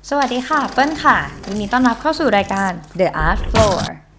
สวัสดีค่ะเปิ้ลค่ะยินดีต้อนรับเข้าสู่รายการ The Art Floor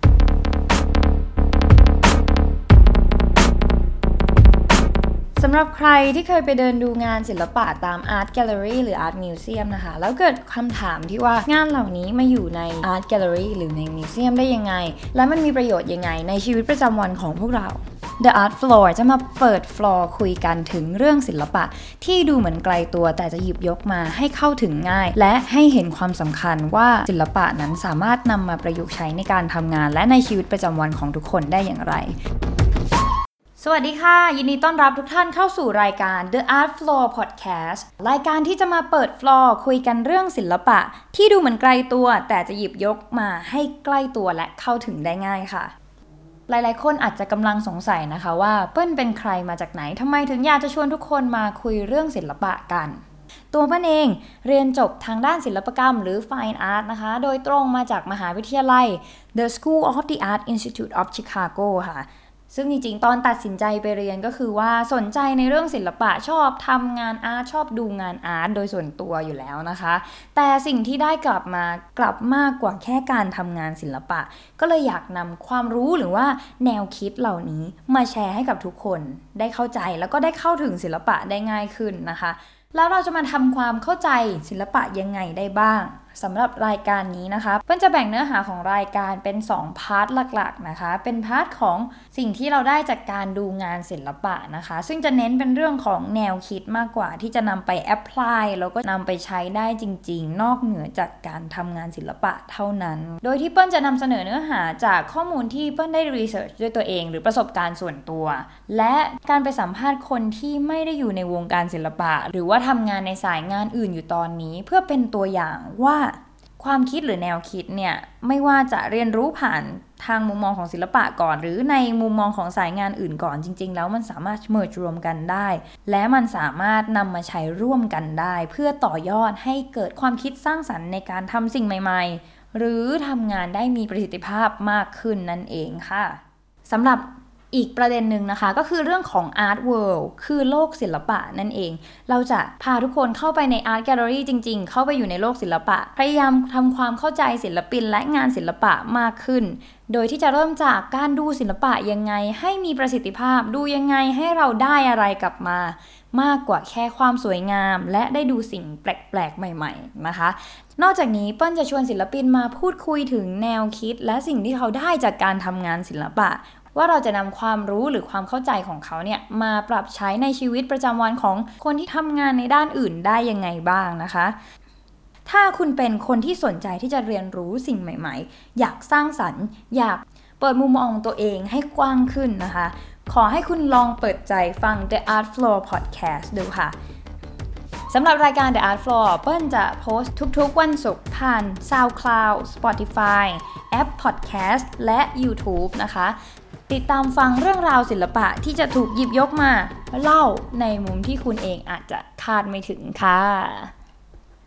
สำหรับใครที่เคยไปเดินดูงานศิลปะตาม Art Gallery หรือ Art Museum นะคะแล้วเกิดคำถามที่ว่างานเหล่านี้มาอยู่ใน Art Gallery หรือใน Museum ได้ยังไงและมันมีประโยชน์ยังไงในชีวิตประจำวันของพวกเรา The Art Floor จะมาเปิดฟลอร์คุยกันถึงเรื่องศิลปะที่ดูเหมือนไกลตัวแต่จะหยิบยกมาให้เข้าถึงง่ายและให้เห็นความสำคัญว่าศิลปะนั้นสามารถนำมาประยุกต์ใช้ในการทำงานและในชีวิตประจำวันของทุกคนได้อย่างไรสวัสดีค่ะยินดีต้อนรับทุกท่านเข้าสู่รายการ The Art Floor Podcast รายการที่จะมาเปิดฟลอร์คุยกันเรื่องศิลปะที่ดูเหมือนไกลตัวแต่จะหยิบยกมาให้ใกล้ตัวและเข้าถึงได้ง่ายค่ะหลายๆคนอาจจะกำลังสงสัยนะคะว่าเปิ้ลเป็นใครมาจากไหนทำไมถึงอยากจะชวนทุกคนมาคุยเรื่องศิลปะกันตัวเปิ้ลเองเรียนจบทางด้านศิลปกรรมหรือ Fine Art นะคะโดยตรงมาจากมหาวิทยาลัย The School of the Art Institute of Chicago ค่ะซึ่งจริงๆตอนตัดสินใจไปเรียนก็คือว่าสนใจในเรื่องศิลปะชอบทำงานอาร์ตชอบดูงานอาร์ตโดยส่วนตัวอยู่แล้วนะคะแต่สิ่งที่ได้กลับมากกว่าแค่การทำงานศิลปะก็เลยอยากนำความรู้หรือว่าแนวคิดเหล่านี้มาแชร์ให้กับทุกคนได้เข้าใจแล้วก็ได้เข้าถึงศิลปะได้ง่ายขึ้นนะคะแล้วเราจะมาทำความเข้าใจศิลปะยังไงได้บ้างสำหรับรายการนี้นะคะเปิ้ลจะแบ่งเนื้อหาของรายการเป็น2พาร์ทหลักๆนะคะเป็นพาร์ทของสิ่งที่เราได้จากการดูงานศิลปะนะคะซึ่งจะเน้นเป็นเรื่องของแนวคิดมากกว่าที่จะนำไปแอพพลายแล้วก็นำไปใช้ได้จริงๆนอกเหนือจากการทำงานศิลปะเท่านั้นโดยที่เปิ้ลจะนำเสนอเนื้อหาจากข้อมูลที่เปิ้ลได้รีเสิร์ชด้วยตัวเองหรือประสบการณ์ส่วนตัวและการไปสัมภาษณ์คนที่ไม่ได้อยู่ในวงการศิลปะหรือว่าทำงานในสายงานอื่นอยู่ตอนนี้เพื่อเป็นตัวอย่างว่าความคิดหรือแนวคิดเนี่ยไม่ว่าจะเรียนรู้ผ่านทางมุมมองของศิลปะก่อนหรือในมุมมองของสายงานอื่นก่อนจริงๆแล้วมันสามารถเมิร์จรวมกันได้และมันสามารถนำมาใช้ร่วมกันได้เพื่อต่อยอดให้เกิดความคิดสร้างสรรค์ในการทำสิ่งใหม่ๆหรือทำงานได้มีประสิทธิภาพมากขึ้นนั่นเองค่ะสำหรับอีกประเด็นหนึ่งนะคะก็คือเรื่องของ Art World คือโลกศิลปะนั่นเองเราจะพาทุกคนเข้าไปใน Art Gallery จริงๆเข้าไปอยู่ในโลกศิลปะพยายามทำความเข้าใจศิลปินและงานศิลปะมากขึ้นโดยที่จะเริ่มจากการดูศิลปะยังไงให้มีประสิทธิภาพดูยังไงให้เราได้อะไรกลับมามากกว่าแค่ความสวยงามและได้ดูสิ่งแปลกๆใหม่ๆนะคะนอกจากนี้เปิ้ลจะชวนศิลปินมาพูดคุยถึงแนวคิดและสิ่งที่เขาได้จากการทำงานศิลปะว่าเราจะนำความรู้หรือความเข้าใจของเขาเนี่ยมาปรับใช้ในชีวิตประจำวันของคนที่ทำงานในด้านอื่นได้ยังไงบ้างนะคะถ้าคุณเป็นคนที่สนใจที่จะเรียนรู้สิ่งใหม่ๆอยากสร้างสรรค์อยากเปิดมุมมองตัวเองให้กว้างขึ้นนะคะขอให้คุณลองเปิดใจฟัง The Art Floor Podcast ดูค่ะสำหรับรายการ The Art Floor เปิ้ลจะโพสต์ทุกๆวันศุกร์ผ่าน SoundCloud Spotify แอป Podcast และ YouTube นะคะติดตามฟังเรื่องราวศิลปะที่จะถูกหยิบยกมาเล่าในมุมที่คุณเองอาจจะคาดไม่ถึงค่ะ